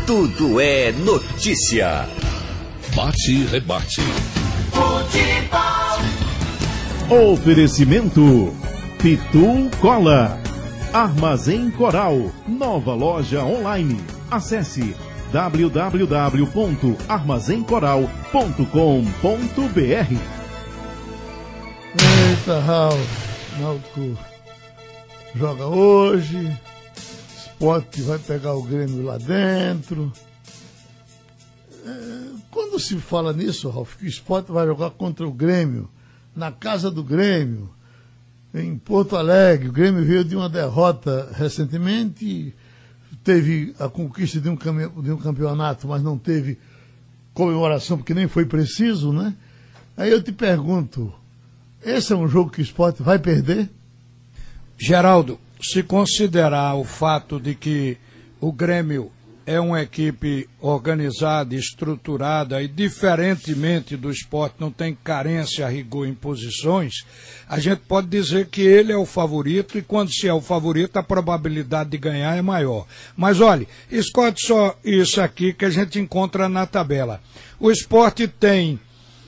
tudo é notícia. Bate e rebate. Oferecimento Pitu Cola, Armazém Coral, nova loja online. Acesse www.armazencoral.com.br. Eita, Ralf, Náutico joga hoje, Sport vai pegar o Grêmio lá dentro. Quando se fala nisso, Ralf, que o Sport vai jogar contra o Grêmio, na casa do Grêmio, em Porto Alegre, o Grêmio veio de uma derrota recentemente, teve a conquista de um campeonato, mas não teve comemoração, porque nem foi preciso, né? Aí eu te pergunto, esse é um jogo que o Sport vai perder? Geraldo, se considerar o fato de que o Grêmio é uma equipe organizada, estruturada e, diferentemente do Sport, não tem carência a rigor em posições, a gente pode dizer que ele é o favorito e, quando se é o favorito, a probabilidade de ganhar é maior. Mas, olha, escolhe só isso aqui que a gente encontra na tabela. O Sport tem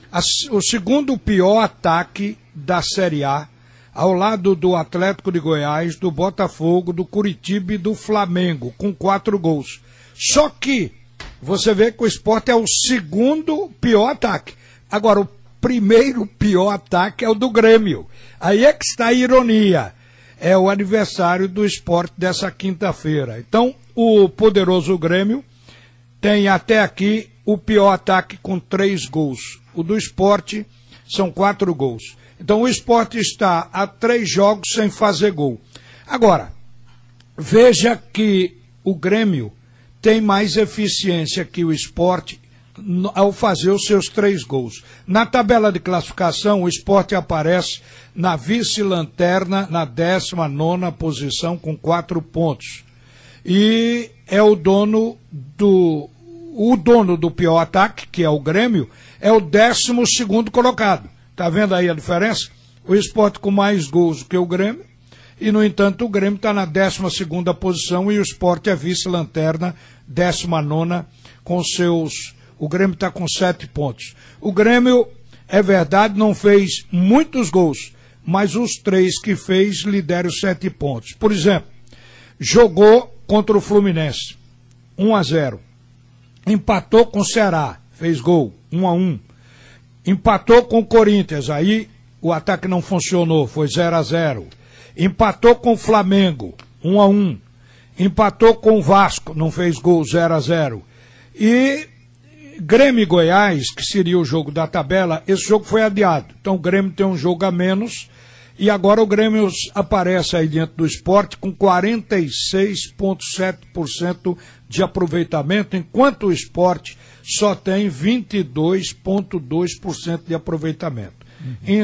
o segundo pior ataque da Série A, ao lado do Atlético de Goiás, do Botafogo, do Curitiba e do Flamengo, com 4 gols. Só que você vê que o Sport é o segundo pior ataque. Agora, o primeiro pior ataque é o do Grêmio. Aí é que está a ironia. É o aniversário do Sport dessa quinta-feira. Então, o poderoso Grêmio tem até aqui o pior ataque com 3 gols. O do Sport são 4 gols. Então, o Sport está a 3 jogos sem fazer gol. Agora, veja que o Grêmio tem mais eficiência que o Sport ao fazer os seus 3 gols. Na tabela de classificação, o Sport aparece na vice-lanterna, na 19ª posição, com 4 pontos. E é o dono do pior ataque, que é o Grêmio, é o 12º colocado. Está vendo aí a diferença? O Sport com mais gols do que o Grêmio, e, no entanto, o Grêmio está na 12ª posição e o Sport é vice-lanterna, 19ª, com seus... O Grêmio está com 7 pontos. O Grêmio, é verdade, não fez muitos gols, mas os 3 que fez lhe deram 7 pontos. Por exemplo, jogou contra o Fluminense, 1-0. Empatou com o Ceará, fez gol, 1-1. Empatou com o Corinthians, aí o ataque não funcionou, foi 0-0. Empatou com o Flamengo, 1-1. Empatou com o Vasco, não fez gol, 0-0. E Grêmio e Goiás, que seria o jogo da tabela, esse jogo foi adiado. Então o Grêmio tem um jogo a menos e agora o Grêmio aparece aí dentro do Sport com 46,7% de aproveitamento, enquanto o Sport só tem 22,2% de aproveitamento. Em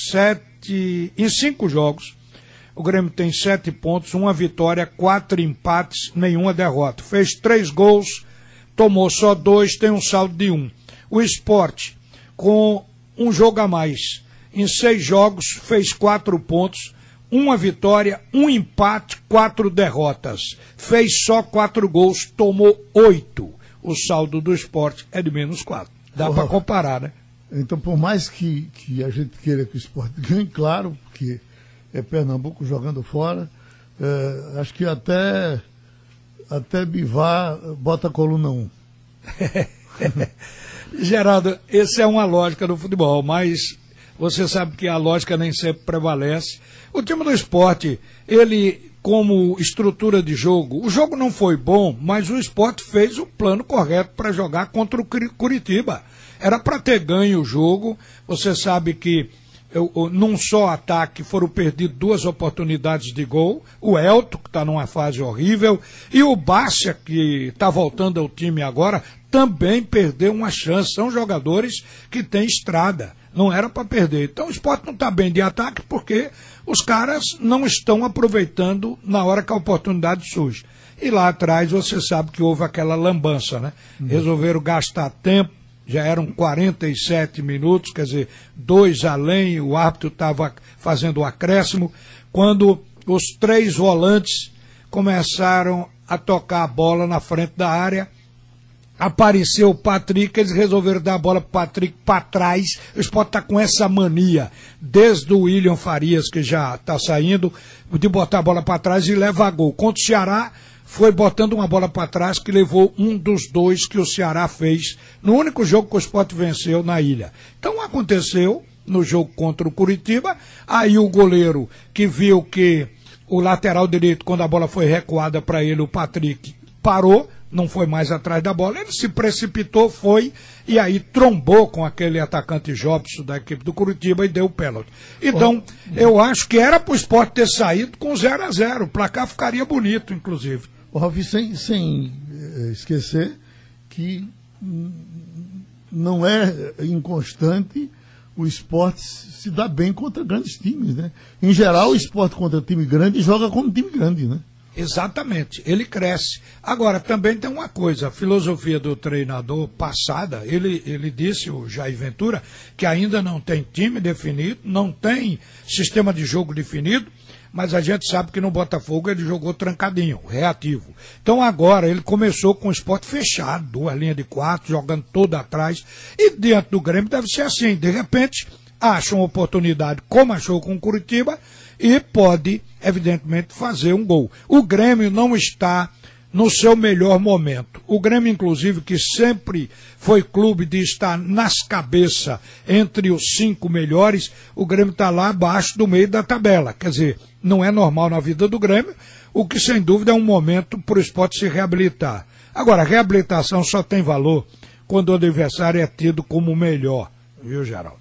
5 jogos, o Grêmio tem 7 pontos, 1 vitória, 4 empates, nenhuma derrota. Fez 3 gols, tomou só 2, tem um saldo de 1. O Sport, com um jogo a mais, em 6 jogos, fez 4 pontos, 1 vitória, 1 empate, 4 derrotas. Fez só 4 gols, tomou 8. O saldo do Sport é de menos 4. Dá para comparar, né? Então, por mais que a gente queira que o Sport ganhe, claro, porque é Pernambuco jogando fora, acho que até Bivar bota a coluna 1. Geraldo, essa é uma lógica do futebol, mas você sabe que a lógica nem sempre prevalece. O time do Sport, ele, como estrutura de jogo, o jogo não foi bom, mas o Sport fez o plano correto para jogar contra o Curitiba. Era para ter ganho o jogo. Você sabe que num só ataque foram perdidas 2 oportunidades de gol. O Elton, que está numa fase horrível, e o Bárcia, que está voltando ao time agora, também perdeu uma chance. São jogadores que têm estrada. Não era para perder. Então o Sport não está bem de ataque porque os caras não estão aproveitando na hora que a oportunidade surge. E lá atrás você sabe que houve aquela lambança, né? Resolveram gastar tempo. Já eram 47 minutos, quer dizer, 2 além, o árbitro estava fazendo o acréscimo, quando os 3 volantes começaram a tocar a bola na frente da área apareceu o Patrick, eles resolveram dar a bola pro Patrick para trás. O Sport tá com essa mania, desde o William Farias, que já tá saindo, de botar a bola para trás e levar gol. Contra o Ceará, foi botando uma bola para trás que levou um dos 2 que o Ceará fez no único jogo que o Sport venceu na ilha. Então aconteceu no jogo contra o Curitiba, aí o goleiro que viu que o lateral direito, quando a bola foi recuada para ele, o Patrick, parou, não foi mais atrás da bola, ele se precipitou, foi, e aí trombou com aquele atacante Jobson da equipe do Curitiba e deu o pênalti. Então, eu acho que era para o Sport ter saído com 0-0, o placar ficaria bonito, inclusive. Rafi, sem esquecer que não é inconstante o Sport se dá bem contra grandes times, né? Em geral, o Sport contra time grande joga como time grande, né? Exatamente, ele cresce. Agora, também tem uma coisa, a filosofia do treinador passada, ele disse, o Jair Ventura, que ainda não tem time definido, não tem sistema de jogo definido, mas a gente sabe que no Botafogo ele jogou trancadinho, reativo. Então agora ele começou com o Sport fechado, 2 linhas de 4, jogando todo atrás, e dentro do Grêmio deve ser assim, de repente acha uma oportunidade, como achou com o Curitiba, e pode, evidentemente, fazer um gol. O Grêmio não está no seu melhor momento. O Grêmio, inclusive, que sempre foi clube de estar nas cabeças entre os 5 melhores, o Grêmio está lá abaixo do meio da tabela. Quer dizer, não é normal na vida do Grêmio, o que sem dúvida é um momento para o Sport se reabilitar. Agora, a reabilitação só tem valor quando o adversário é tido como o melhor, viu, Geraldo?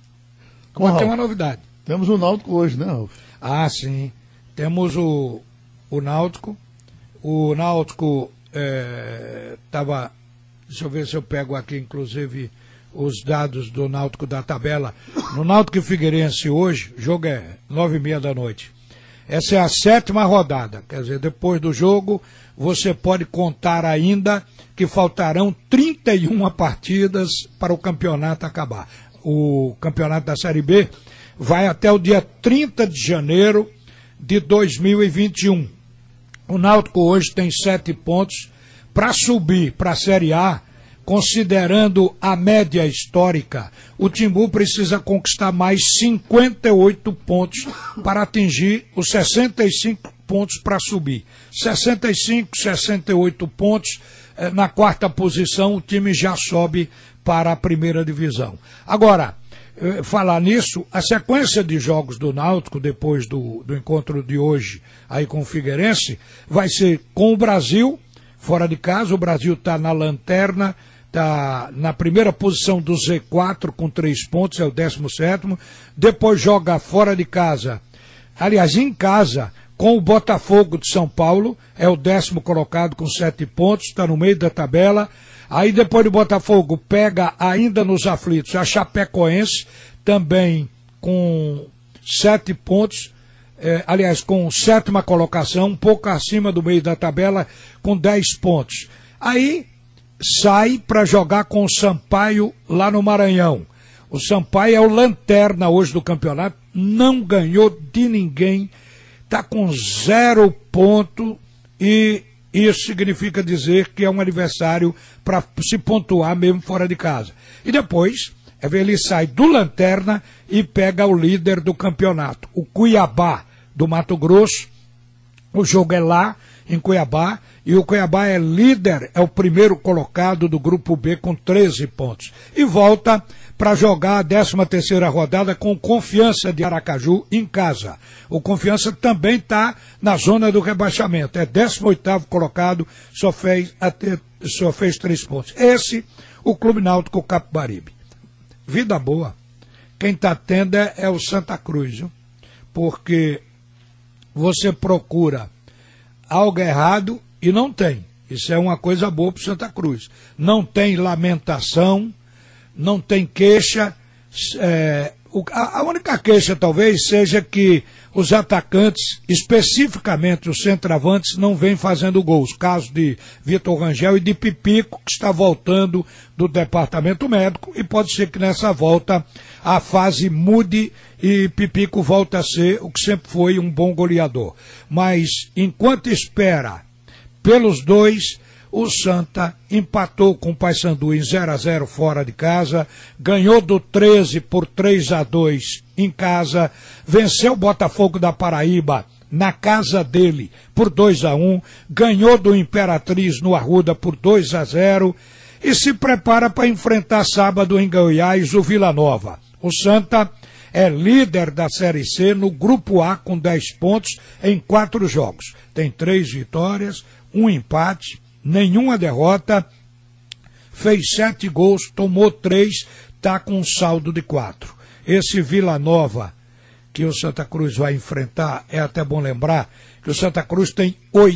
Agora tem uma novidade. Temos o Náutico hoje, né, Ralf? Ah, sim. Temos o Náutico. O Náutico estava... Deixa eu ver se eu pego aqui, inclusive, os dados do Náutico da tabela. No Náutico e Figueirense hoje, o jogo é 9h30 da noite. Essa é a 7ª rodada. Quer dizer, depois do jogo, você pode contar ainda que faltarão 31 partidas para o campeonato acabar. O campeonato da Série B vai até o dia 30 de janeiro de 2021. O Náutico hoje tem 7 pontos. Para subir para a Série A, considerando a média histórica, o Timbu precisa conquistar mais 58 pontos para atingir os 65 pontos para subir. 65, 68 pontos, na 4ª posição o time já sobe para a 1ª divisão. Agora, falar nisso, a sequência de jogos do Náutico, depois do encontro de hoje aí com o Figueirense, vai ser com o Brasil, fora de casa. O Brasil está na lanterna, está na 1ª posição do Z4 com 3 pontos, é o 17º. Depois joga fora de casa, aliás, em casa, com o Botafogo de São Paulo, é o 10º colocado com 7 pontos, está no meio da tabela. Aí depois do Botafogo pega ainda nos aflitos a Chapecoense, também com 7 pontos, aliás, com 7ª colocação, um pouco acima do meio da tabela, com 10 pontos. Aí sai para jogar com o Sampaio lá no Maranhão. O Sampaio é o lanterna hoje do campeonato, não ganhou de ninguém, está com 0 ponto e isso significa dizer que é um adversário para se pontuar mesmo fora de casa. E depois, ele sai do lanterna e pega o líder do campeonato, o Cuiabá do Mato Grosso. O jogo é lá, em Cuiabá, e o Cuiabá é líder, é o 1º colocado do grupo B com 13 pontos. E volta para jogar a 13ª rodada com Confiança de Aracaju em casa. O Confiança também está na zona do rebaixamento, é 18º colocado, só fez 3 pontos. Esse, o Clube Náutico Capibaribe. Vida boa. Quem está tendo é o Santa Cruz, viu? Porque você procura algo errado e não tem. Isso é uma coisa boa para o Santa Cruz. Não tem lamentação, não tem queixa. A única queixa talvez seja que os atacantes, especificamente os centroavantes, não vêm fazendo gols. Caso de Vitor Rangel e de Pipico, que está voltando do departamento médico, e pode ser que nessa volta a fase mude e Pipico volta a ser o que sempre foi, um bom goleador. Mas enquanto espera pelos dois, o Santa empatou com o Paysandu em 0-0 fora de casa, ganhou do 13 por 3-2 em casa, venceu o Botafogo da Paraíba na casa dele por 2-1, ganhou do Imperatriz no Arruda por 2-0 e se prepara para enfrentar sábado em Goiás o Vila Nova. O Santa é líder da Série C no Grupo A com 10 pontos em 4 jogos. Tem 3 vitórias, 1 empate, nenhuma derrota, fez 7 gols, tomou 3, está com um saldo de 4. Esse Vila Nova que o Santa Cruz vai enfrentar, é até bom lembrar que o Santa Cruz tem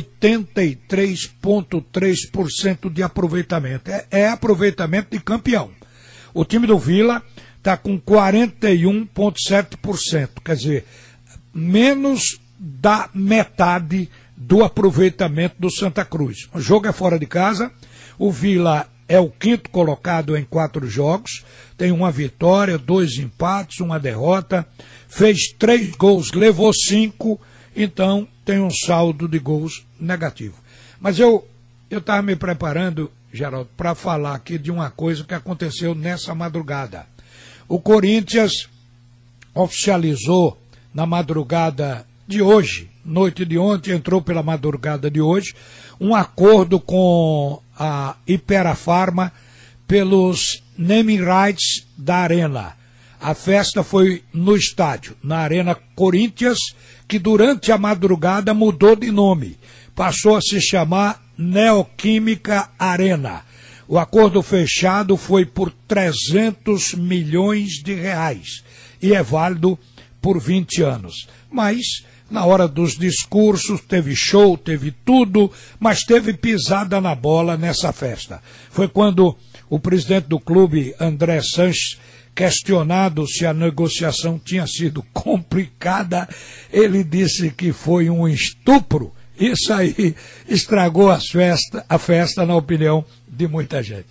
83,3% de aproveitamento. É aproveitamento de campeão. O time do Vila está com 41,7%, quer dizer, menos da metade do aproveitamento do Santa Cruz. O jogo é fora de casa, o Vila é o 5º colocado em 4 jogos, tem 1 vitória, 2 empates, 1 derrota, fez 3 gols, levou 5, então tem um saldo de gols negativo. Mas eu estava me preparando, Geraldo, para falar aqui de uma coisa que aconteceu nessa madrugada. O Corinthians oficializou na madrugada de hoje, noite de ontem, entrou pela madrugada de hoje, um acordo com a Ipera-Pharma pelos naming rights da Arena. A festa foi no estádio, na Arena Corinthians, que durante a madrugada mudou de nome. Passou a se chamar Neoquímica Arena. O acordo fechado foi por 300 milhões de reais e é válido por 20 anos. Mas, na hora dos discursos, teve show, teve tudo, mas teve pisada na bola nessa festa. Foi quando o presidente do clube, André Sanches, questionado se a negociação tinha sido complicada, ele disse que foi um estupro. Isso aí estragou a festa, na opinião de muita gente.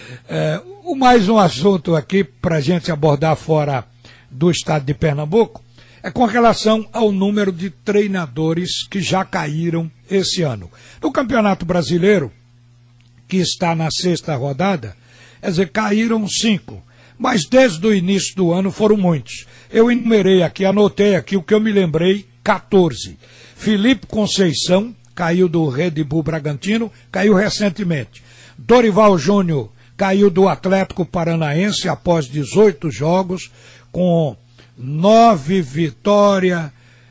Mais um assunto aqui para a gente abordar fora do estado de Pernambuco é com relação ao número de treinadores que já caíram esse ano. No Campeonato Brasileiro, que está na 6ª rodada, quer dizer, caíram 5. Mas desde o início do ano foram muitos. Eu enumerei aqui, anotei aqui o que eu me lembrei, 14. Felipe Conceição caiu do Red Bull Bragantino, caiu recentemente. Dorival Júnior caiu do Atlético Paranaense após 18 jogos, com 9 vitórias,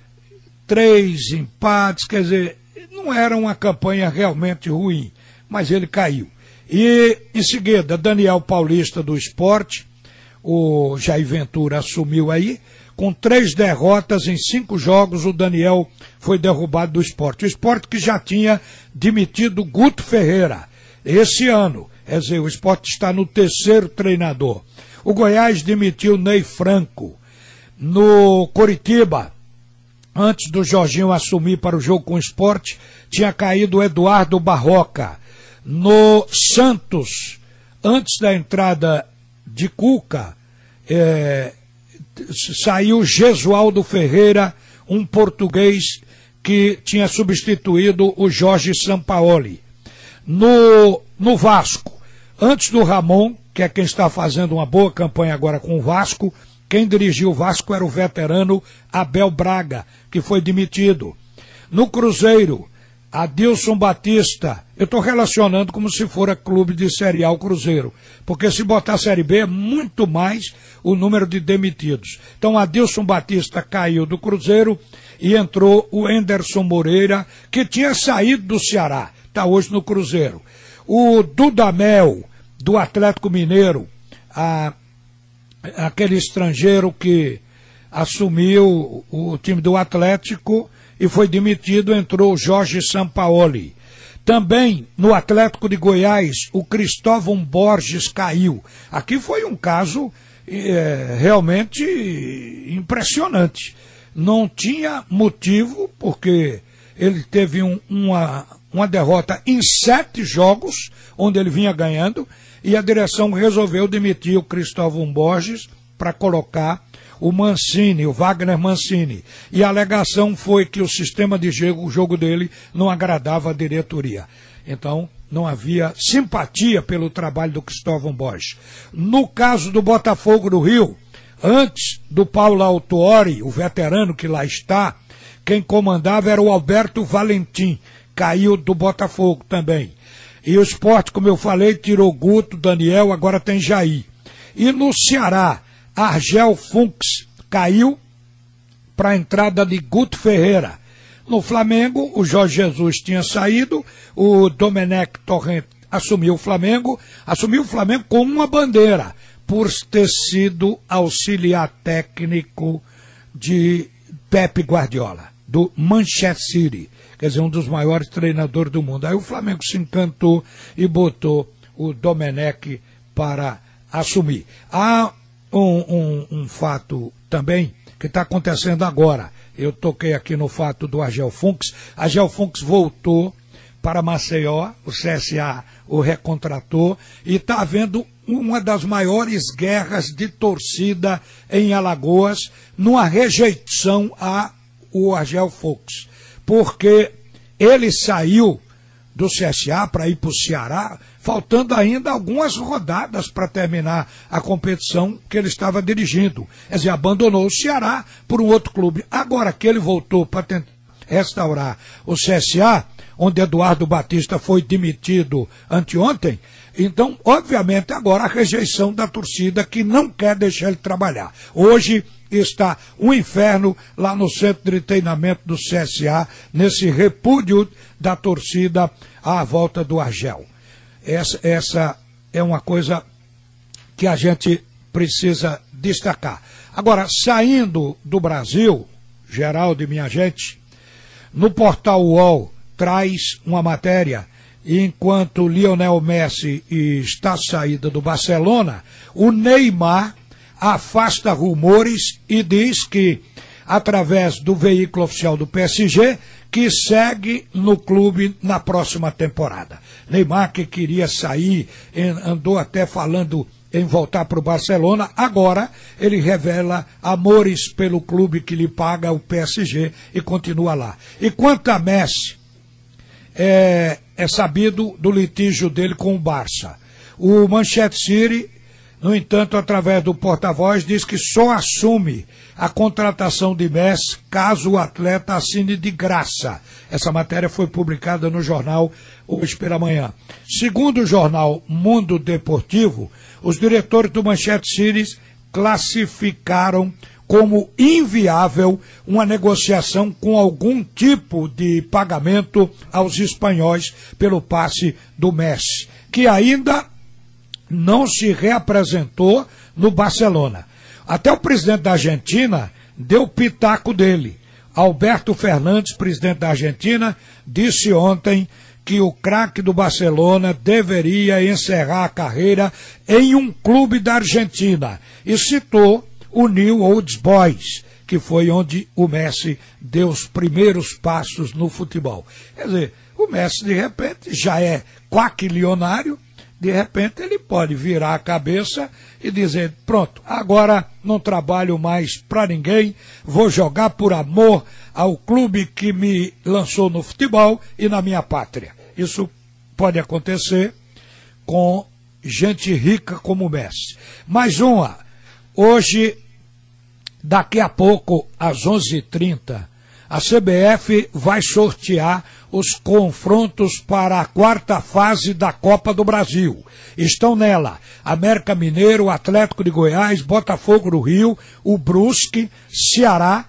3 empates, quer dizer, não era uma campanha realmente ruim, mas ele caiu. E, em seguida, Daniel Paulista do Sport, o Jair Ventura assumiu aí, com 3 derrotas em 5 jogos, o Daniel foi derrubado do Sport. O Sport que já tinha demitido Guto Ferreira esse ano, quer dizer, o Sport está no 3º treinador. O Goiás demitiu Ney Franco. No Coritiba, antes do Jorginho assumir para o jogo com o Sport, tinha caído o Eduardo Barroca. No Santos, antes da entrada de Cuca, saiu Gesualdo Ferreira, um português que tinha substituído o Jorge Sampaoli. No Vasco, antes do Ramon, que é quem está fazendo uma boa campanha agora com o Vasco, quem dirigiu o Vasco era o veterano Abel Braga, que foi demitido. No Cruzeiro, Adilson Batista, eu estou relacionando como se fora clube de Série A o Cruzeiro, porque se botar Série B é muito mais o número de demitidos. Então Adilson Batista caiu do Cruzeiro e entrou o Enderson Moreira, que tinha saído do Ceará, está hoje no Cruzeiro. O Dudamel, do Atlético Mineiro, aquele estrangeiro que assumiu o time do Atlético e foi demitido, entrou o Jorge Sampaoli. Também no Atlético de Goiás, o Cristóvão Borges caiu. Aqui foi um caso realmente impressionante. Não tinha motivo, porque ele teve uma derrota em 7 jogos, onde ele vinha ganhando, e a direção resolveu demitir o Cristóvão Borges para colocar o Mancini, o Wagner Mancini. E a alegação foi que o sistema de jogo dele não agradava a diretoria. Então, não havia simpatia pelo trabalho do Cristóvão Borges. No caso do Botafogo do Rio, antes do Paulo Autuori, o veterano que lá está, quem comandava era o Alberto Valentim, caiu do Botafogo também. E o Sport, como eu falei, tirou Guto, Daniel, agora tem Jair. E no Ceará, Argel Funks caiu para a entrada de Guto Ferreira. No Flamengo, o Jorge Jesus tinha saído, o Domenech Torrent assumiu o Flamengo com uma bandeira, por ter sido auxiliar técnico de Pep Guardiola, do Manchester City, quer dizer, um dos maiores treinadores do mundo. Aí o Flamengo se encantou e botou o Domenech para assumir. Há um fato também que está acontecendo agora. Eu toquei aqui no fato do Argel Funks. Argel Funks voltou para Maceió, o CSA o recontratou, e está havendo uma das maiores guerras de torcida em Alagoas, numa rejeição ao Argel Funks, porque ele saiu do CSA para ir para o Ceará, faltando ainda algumas rodadas para terminar a competição que ele estava dirigindo. Quer dizer, abandonou o Ceará por um outro clube. Agora que ele voltou para tentar restaurar o CSA, onde Eduardo Batista foi demitido anteontem, então, obviamente, agora a rejeição da torcida que não quer deixar ele trabalhar. Hoje está um inferno lá no centro de treinamento do CSA, nesse repúdio da torcida à volta do Argel. Essa é uma coisa que a gente precisa destacar. Agora, saindo do Brasil, Geraldo e minha gente, no portal UOL traz uma matéria: enquanto Lionel Messi está saída do Barcelona, o Neymar afasta rumores e diz que, através do veículo oficial do PSG, que segue no clube na próxima temporada. Neymar, que queria sair, andou até falando em voltar para o Barcelona, agora ele revela amores pelo clube que lhe paga, o PSG, e continua lá. E quanto a Messi, é sabido do litígio dele com o Barça. O Manchester City, no entanto, através do porta-voz, diz que só assume a contratação de Messi caso o atleta assine de graça. Essa matéria foi publicada no jornal hoje pela manhã. Segundo o jornal Mundo Deportivo, os diretores do Manchester City classificaram como inviável uma negociação com algum tipo de pagamento aos espanhóis pelo passe do Messi, que ainda não se reapresentou no Barcelona. Até o presidente da Argentina deu pitaco dele. Alberto Fernandes, presidente da Argentina, disse ontem que o craque do Barcelona deveria encerrar a carreira em um clube da Argentina e citou o New Old Boys, que foi onde o Messi deu os primeiros passos no futebol. Quer dizer, o Messi, de repente, já é quaquilionário, de repente ele pode virar a cabeça e dizer: pronto, agora não trabalho mais para ninguém, vou jogar por amor ao clube que me lançou no futebol e na minha pátria. Isso pode acontecer com gente rica como o Messi. Mais uma, hoje, daqui a pouco, às 11h30, a CBF vai sortear os confrontos para a quarta fase da Copa do Brasil. Estão nela América Mineiro, Atlético de Goiás, Botafogo do Rio, o Brusque, Ceará,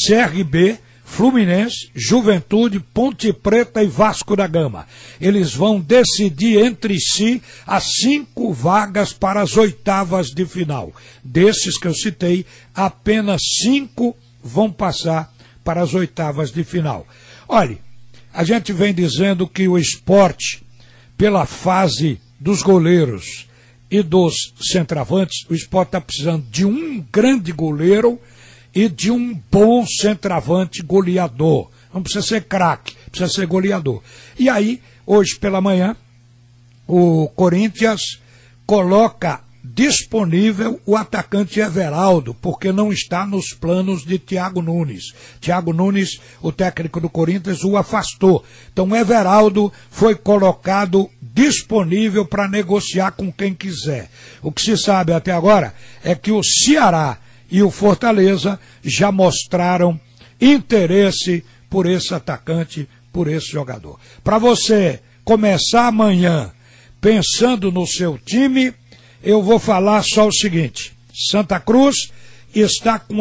CRB, Fluminense, Juventude, Ponte Preta e Vasco da Gama. Eles vão decidir entre si as 5 vagas para as oitavas de final. Desses que eu citei, apenas 5 vão passar para as oitavas de final. Olha, a gente vem dizendo que o esporte, pela fase dos goleiros e dos centroavantes, o esporte está precisando de um grande goleiro e de um bom centroavante goleador. Não precisa ser craque, precisa ser goleador. E aí, hoje pela manhã, o Corinthians coloca disponível o atacante Everaldo, porque não está nos planos de Thiago Nunes. Thiago Nunes, o técnico do Corinthians, o afastou. Então Everaldo foi colocado disponível para negociar com quem quiser. O que se sabe até agora é que o Ceará e o Fortaleza já mostraram interesse por esse atacante, por esse jogador. Para você começar amanhã pensando no seu time, eu vou falar só o seguinte: Santa Cruz está com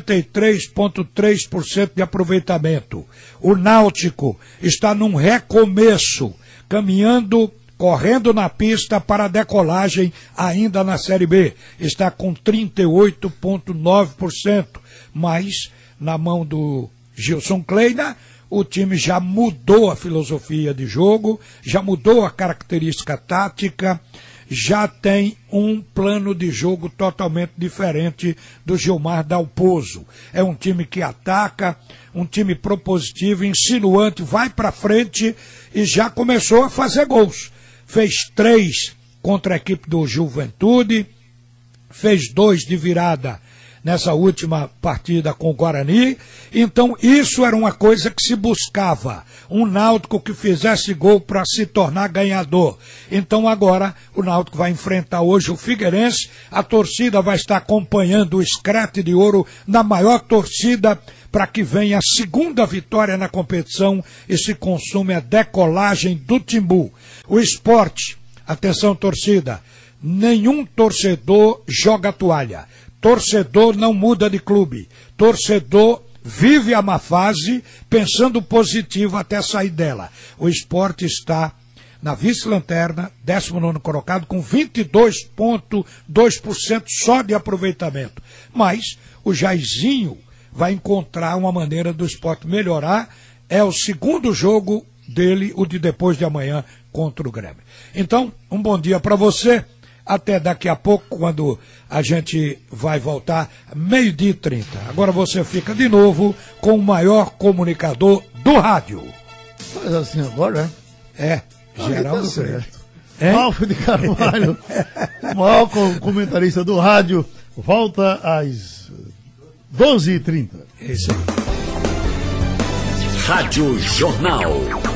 83,3% de aproveitamento. O Náutico está num recomeço, correndo na pista para a decolagem ainda na Série B. Está com 38,9%. Mas, na mão do Gilson Kleina, o time já mudou a filosofia de jogo, já mudou a característica tática, já tem um plano de jogo totalmente diferente do Gilmar Dalpozo. É um time que ataca, um time propositivo, insinuante, vai para frente e já começou a fazer gols. Fez 3 contra a equipe do Juventude, fez 2 de virada nessa última partida com o Guarani. Então isso era uma coisa que se buscava, um Náutico que fizesse gol para se tornar ganhador. Então agora o Náutico vai enfrentar hoje o Figueirense, a torcida vai estar acompanhando o Screte de Ouro na maior torcida para que venha a segunda vitória na competição e se consume a decolagem do Timbu. O Sport, atenção torcida, nenhum torcedor joga toalha. Torcedor não muda de clube. Torcedor vive a má fase pensando positivo até sair dela. O Sport está na vice-lanterna, 19º colocado, com 22,2% só de aproveitamento. Mas o Jairzinho vai encontrar uma maneira do Sport melhorar. É o segundo jogo dele, o de depois de amanhã, contra o Grêmio. Então, um bom dia para você. Até daqui a pouco, quando a gente vai voltar, 12h30. Agora você fica de novo com o maior comunicador do rádio. Faz assim agora, é? Geraldo Freire. Ralf de Carvalho, o maior comentarista do rádio, volta às 12h30. Isso aí. Rádio Jornal.